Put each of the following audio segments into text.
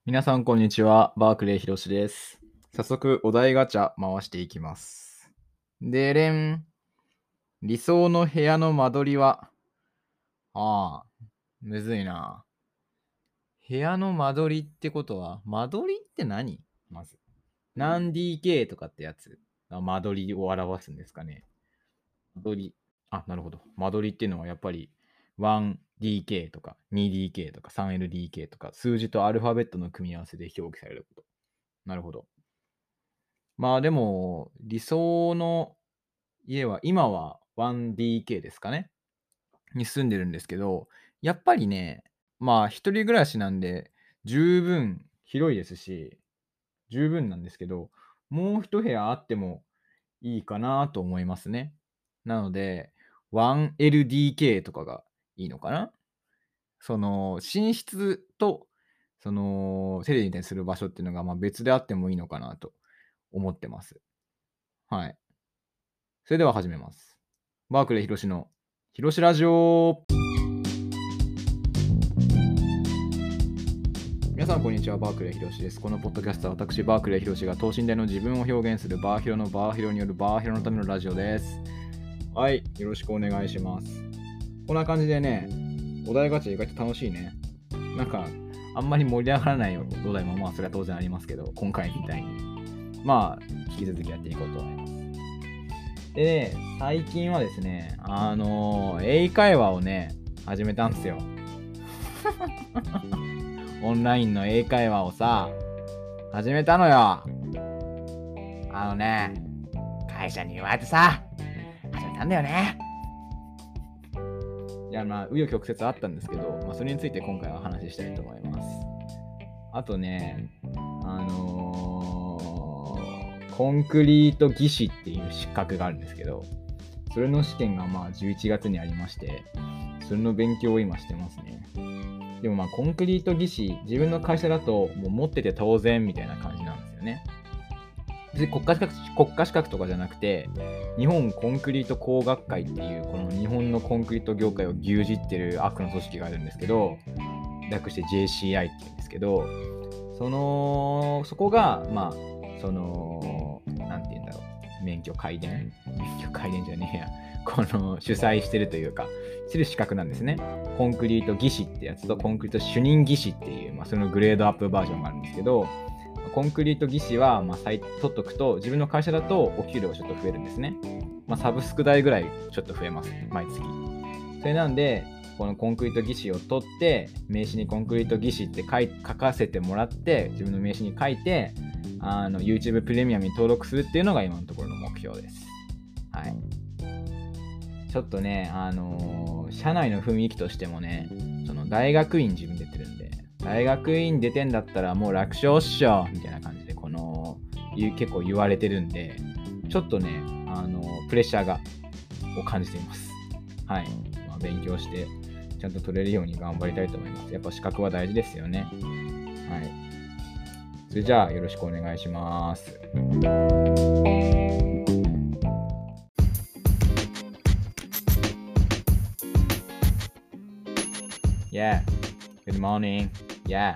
皆さん、こんにちは。バークレーひろしです。早速、お題ガチャ回していきます。でれん。理想の部屋の間取りは、むずいな。部屋の間取りってことは、間取りって何まず。何 DK とかってやつが間取りを表すんですかね。間取り。なるほど。間取りっていうのはやっぱり 1DK とか 2DK とか 3LDK とか数字とアルファベットの組み合わせで表記されること。なるほど。でも、理想の家は、今は 1DK ですかねに住んでるんですけど、やっぱりね、一人暮らしなんで、十分広いですし、十分なんですけど、もう一部屋あってもいいかなと思いますね。なので、1LDK とかがいいのかな。寝室と、テレビにする場所っていうのが、別であってもいいのかなと思ってます。はい。それでは始めます。バークレーひろしのひろしラジオ。皆さんこんにちは、バークレーひろしです。このポッドキャストは私、バークレーひろしが等身大の自分を表現するバーヒロのバーヒロによるバーヒロのためのラジオです。はい、よろしくお願いします。こんな感じでね、お題ガチャ意外と楽しいね。なんか、あんまり盛り上がらないお題もそれは当然ありますけど、今回みたいに。引き続きやっていこうと思います。でね、最近はですね、英会話をね、始めたんですよ。オンラインの英会話をさ、始めたのよ。会社に言われてさ、始めたんだよね。いや、紆余曲折あったんですけど、それについて今回はお話ししたいと思います。あとね、コンクリート技師っていう資格があるんですけど、それの試験が11月にありまして、それの勉強を今してますね。でもコンクリート技師、自分の会社だともう持ってて当然みたいな感じなんですよね。別に国家資格とかじゃなくて、日本コンクリート工学会っていう、この日本のコンクリート業界を牛耳ってる悪の組織があるんですけど、略して JCI って言うんですけど、そこが、なんて言うんだろう、免許改伝じゃねえや。主催してるというか、してる資格なんですね。コンクリート技師ってやつと、コンクリート主任技師っていう、そのグレードアップバージョンがあるんですけど、コンクリート技師は、取っとくと、自分の会社だとお給料がちょっと増えるんですね。サブスク代ぐらいちょっと増えます、毎月。それなんで、このコンクリート技師を取って、名刺にコンクリート技師って書かせてもらって、自分の名刺に書いて、YouTube プレミアムに登録するっていうのが今のところの目標です。はい。ちょっとね、社内の雰囲気としてもね、大学院自分出てるんで、大学院出てんだったらもう楽勝っしょみたいな感じで、結構言われてるんで、ちょっとね、プレッシャーを感じています。はい。勉強して、ちゃんと取れるように頑張りたいと思います。やっぱ資格は大事ですよね。はい。それじゃあ、よろしくお願いします。Yeah. Good morning. Yeah.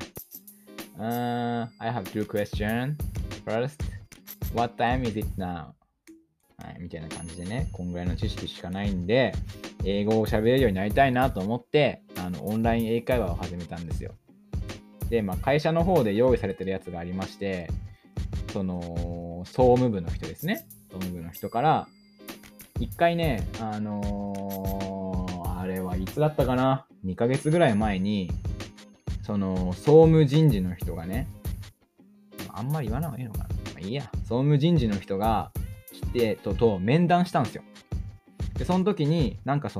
I have two questions. First, what time is it now? はい、みたいな感じでね、こんぐらいの知識しかないんで、英語を喋れるようになりたいなと思って、オンライン英会話を始めたんですよ。で、会社の方で用意されてるやつがありまして、総務部の人ですね。総務部の人から、一回ね、あれはいつだったかな ?2 ヶ月ぐらい前に、総務人事の人がね、あんまり言わない方がいいのかな。いいや。総務人事の人が来て、面談したんですよ。で、その時に、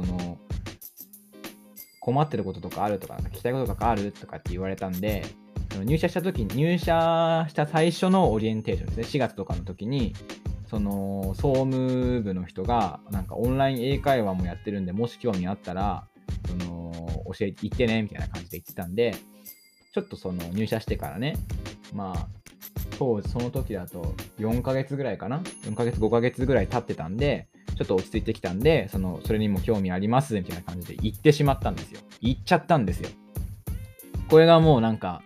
困ってることとかあるとか、聞きたいこととかあるとかって言われたんで、入社した最初のオリエンテーションですね。4月とかの時に、総務部の人が、オンライン英会話もやってるんで、もし興味あったら、教えて、言ってね、みたいな感じで言ってたんで、ちょっと入社してからね、当時その時だと4ヶ月ぐらいかな ?4 ヶ月、5ヶ月ぐらい経ってたんで、ちょっと落ち着いてきたんで、それにも興味あります、みたいな感じで言ってしまったんですよ。言っちゃったんですよ。これがもう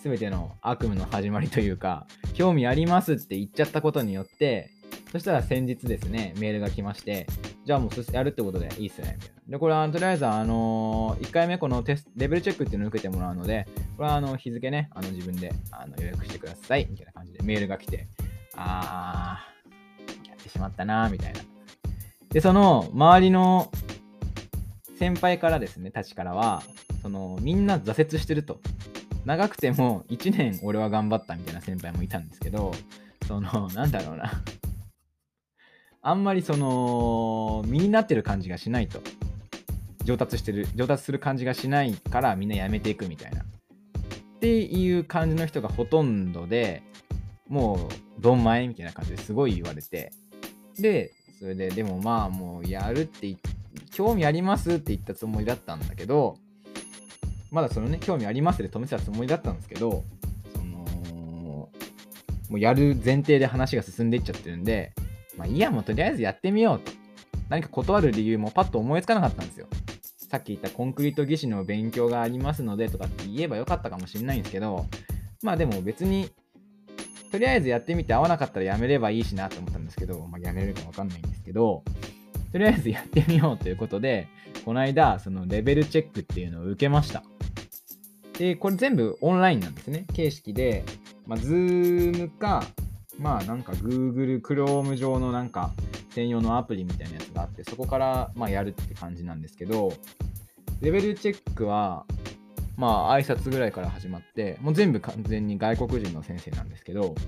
全ての悪夢の始まりというか、興味ありますって言っちゃったことによって、そしたら先日ですね、メールが来まして、じゃあもうやるってことでいいっすね、みたいな。で、これはとりあえず1回目このレベルチェックっていうのを受けてもらうので、これは日付ね、自分で予約してください、みたいな感じでメールが来て、やってしまったな、みたいな。で、その周りの先輩からですね、たちからは、みんな挫折してると。長くても1年俺は頑張ったみたいな先輩もいたんですけど、なんだろうな。あんまり身になってる感じがしないと。上達する感じがしないからみんなやめていくみたいな。っていう感じの人がほとんどで、もう、どんまいみたいな感じですごい言われて。で、それで、でもまあもうやるって興味ありますって言ったつもりだったんだけど、まだ興味ありますで止めてたつもりだったんですけど、もうやる前提で話が進んでいっちゃってるんで、まあいいや、もうとりあえずやってみようと。何か断る理由もパッと思いつかなかったんですよ。さっき言ったコンクリート技師の勉強がありますのでとかって言えばよかったかもしれないんですけど、まあでも別に、とりあえずやってみて合わなかったらやめればいいしなと思ったんですけど、まあやめるかわかんないんですけど、とりあえずやってみようということで、この間、レベルチェックっていうのを受けました。で、これ全部オンラインなんですね。形式で、Zoom か、Google Chrome 上の専用のアプリみたいなやつがあって、そこからやるって感じなんですけど、レベルチェックは、挨拶ぐらいから始まって、もう全部完全に外国人の先生なんですけど、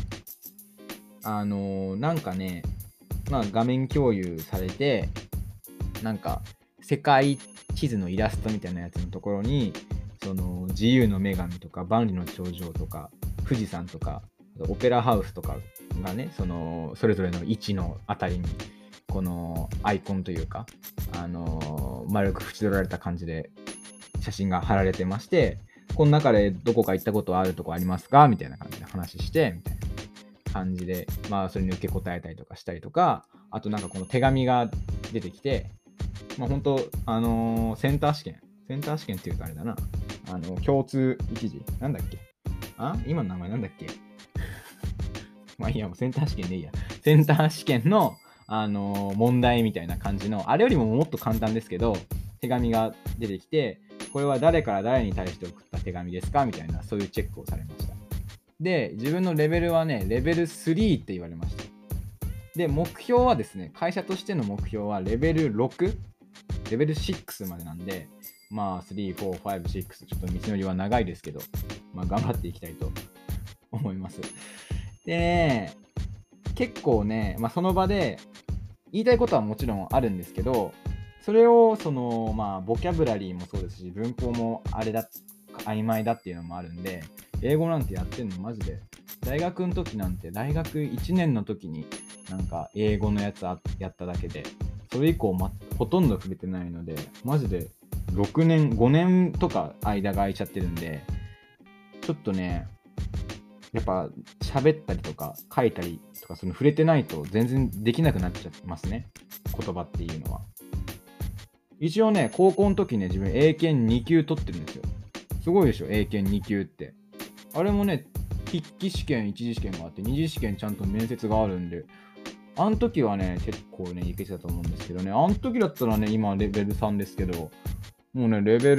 画面共有されて、世界地図のイラストみたいなやつのところに、自由の女神とか万里の長城とか富士山とかオペラハウスとかがね、それぞれの位置のあたりにこのアイコンというか丸く縁取られた感じで写真が貼られてまして、この中でどこか行ったことあるとこありますかみたいな感じで話してみたいな感じで、それに受け答えたりとかしたりとか、あとこの手紙が出てきて、本当センター試験っていうかあれだな、共通一次なんだっけ、今の名前なんだっけまあいいや、もうセンター試験でいいや。センター試験の問題みたいな感じの、あれよりももっと簡単ですけど、手紙が出てきて、これは誰から誰に対して送った手紙ですかみたいな、そういうチェックをされました。で、自分のレベルはね、レベル3って言われました。で、目標はですね、会社としての目標はレベル6、レベル6までなんで、3、4、5、6、ちょっと道のりは長いですけど、頑張っていきたいと思います。でね、結構ね、その場で言いたいことはもちろんあるんですけど、それをボキャブラリーもそうですし、文法も曖昧だっていうのもあるんで、英語なんてやってんのマジで、大学の時なんて、大学1年の時に英語のやつやっただけで、それ以降、ほとんど触れてないので、マジで6年、5年とか間が空いちゃってるんで、ちょっとね、やっぱ喋ったりとか書いたりとか触れてないと全然できなくなっちゃってますね、言葉っていうのは。一応ね、高校の時ね、自分英検2級取ってるんですよ。すごいでしょ、英検2級って。あれもね、筆記試験、一次試験があって、二次試験ちゃんと面接があるんで、あの時はね、結構ね、いけてたと思うんですけどね、あの時だったらね、今レベル3ですけど、もうね、レベ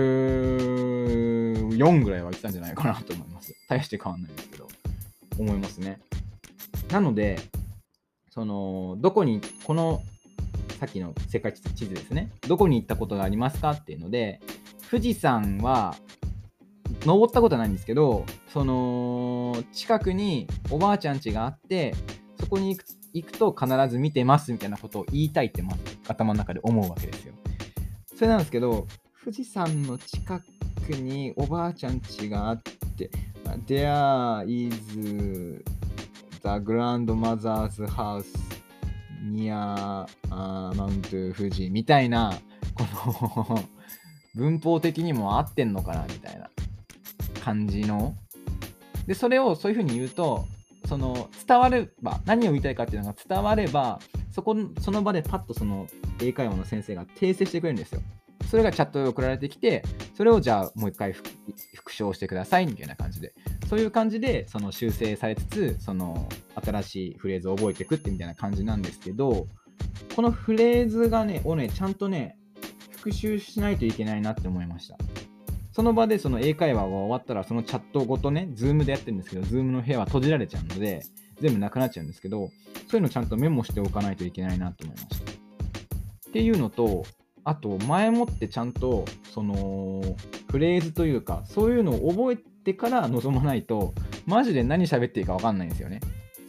ル4ぐらいはいってたんじゃないかなと思います。大して変わんないですけど、思いますね。なので、どこに、さっきの世界地図ですね、どこに行ったことがありますかっていうので、富士山は登ったことはないんですけど、近くにおばあちゃん家があって、そこに行くと必ず見てますみたいなことを言いたいって頭の中で思うわけですよ。それなんですけど、富士山の近くにおばあちゃん家があって、There is the grandmother's house near Mount Fuji みたいな、この文法的にも合ってんのかなみたいな感じの。で、それをそういう風に言うと、伝われば、何を言いたいかっていうのが伝われば、その場でパッと英会話の先生が訂正してくれるんですよ。 それがチャットで送られてきて、それをじゃあもう一回復唱してくださいみたいな感じで、そういう感じでその修正されつつ、その新しいフレーズを覚えていくってみたいな感じなんですけど、このフレーズがね、ちゃんとね、復習しないといけないなって思いました。その場でその英会話が終わったら、そのチャットごとね、ズームでやってるんですけど、ズームの部屋は閉じられちゃうので、全部なくなっちゃうんですけど、そういうのちゃんとメモしておかないといけないなと思いました。っていうのと、あと前もってちゃんとそのフレーズというか、そういうのを覚えてから臨まないと、マジで何喋っていいか分かんないんですよね。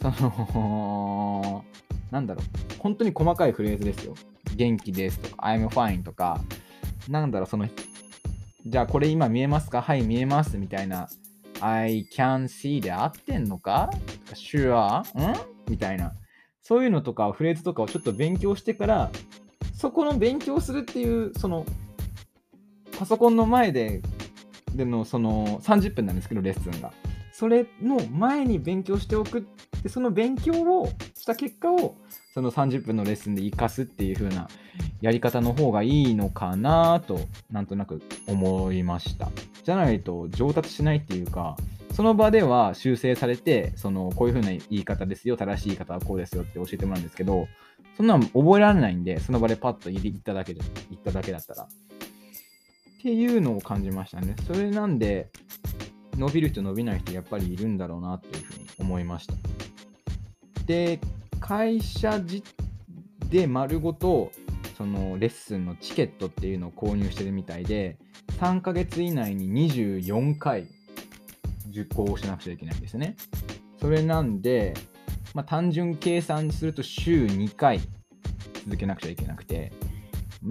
なんだろう、本当に細かいフレーズですよ。元気ですとか、I'm fine とか、なんだろう、じゃあこれ今見えますか？はい見えますみたいな、I can see で合ってんのか？ Sure? みたいな。そういうのとかフレーズとかをちょっと勉強してから、そこの勉強するっていう、そのパソコンの前でのその30分なんですけど、レッスンが。それの前に勉強しておくって、その勉強をした結果をその30分のレッスンで活かすっていう風なやり方の方がいいのかなとなんとなく思いました。じゃないと上達しないっていうか、その場では修正されて、こういう風な言い方ですよ、正しい言い方はこうですよって教えてもらうんですけど、そんなの覚えられないんで、その場でパッと言っただけだったらっていうのを感じましたね。それなんで伸びる人伸びない人やっぱりいるんだろうなというふうに思いました。で、会社で丸ごとそのレッスンのチケットっていうのを購入してるみたいで、3ヶ月以内に24回受講しなくちゃいけないんですね。それなんで、単純計算すると週2回続けなくちゃいけなくて、週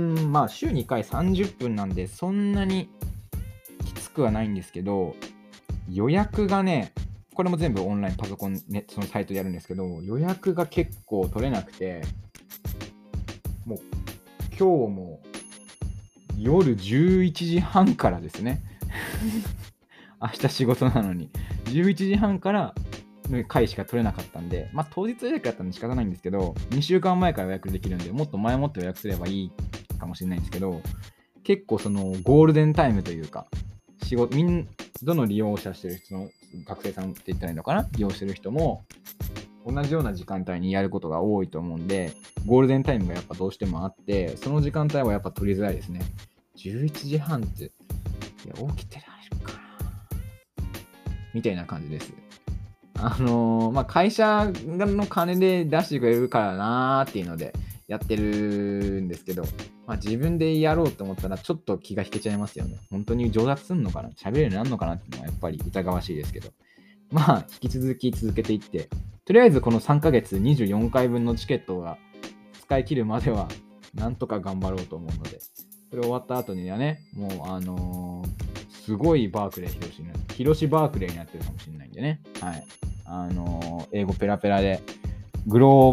2回30分なんでそんなにきつくはないんですけど、予約がね、これも全部オンラインパソコンね、そのサイトでやるんですけど、予約が結構取れなくて、もう今日も夜11時半からですね明日仕事なのに11時半からの回しか取れなかったんで、当日予約だったんで仕方ないんですけど、2週間前から予約できるんで、もっと前もって予約すればいいかもしれないんですけど、結構そのゴールデンタイムというか、どの利用者してる人の学生さんって言ったらいいのかな、利用してる人も同じような時間帯にやることが多いと思うんで、ゴールデンタイムがやっぱどうしてもあって、その時間帯はやっぱ取りづらいですね。11時半って、いや、起きてられるかなみたいな感じです。会社の金で出してくれるからなーっていうのでやってるんですけど、自分でやろうと思ったらちょっと気が引けちゃいますよね。本当に上達すんのかな、喋れるようになるのかなっていうのはやっぱり疑わしいですけど、引き続き続けていって、とりあえずこの3ヶ月24回分のチケットが使い切るまではなんとか頑張ろうと思うので、それ終わった後にはね、もうすごいバークレー広しバークレーになってるかもしれないんでね。はい。英語ペラペラでグロー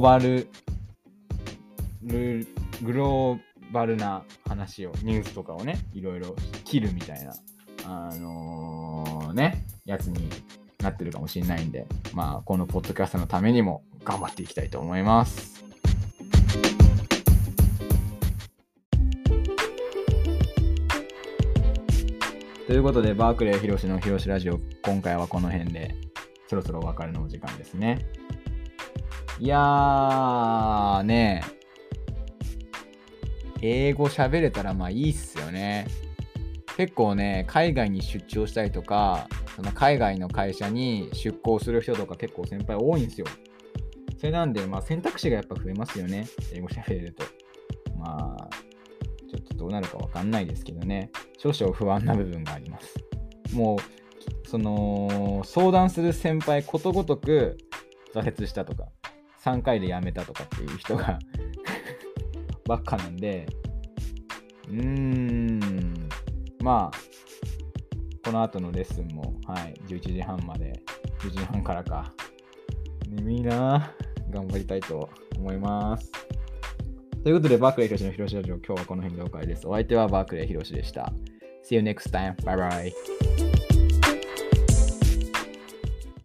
バルな話を、ニュースとかをね、いろいろ切るみたいな、やつになってるかもしれないんで、このポッドキャストのためにも頑張っていきたいと思います。ということで、バークレー広しの広しラジオ、今回はこの辺でそろそろお別れのお時間ですね。いやーね、英語喋れたらいいっすよね。結構ね、海外に出張したりとか、その海外の会社に出向する人とか結構先輩多いんですよ。それなんで、選択肢がやっぱ増えますよね。英語喋れると。ちょっとどうなるかわかんないですけどね。少々不安な部分があります。もう、相談する先輩ことごとく挫折したとか、3回で辞めたとかっていう人がばっかなんで、この後のレッスンも、11時半まで、11時半からか。眠いなぁ。頑張りたいと思います。ということで、バークレー広しの広しラジオ、今日はこの辺でお別れです。お相手はバークレー広しでした。See you next time. Bye bye.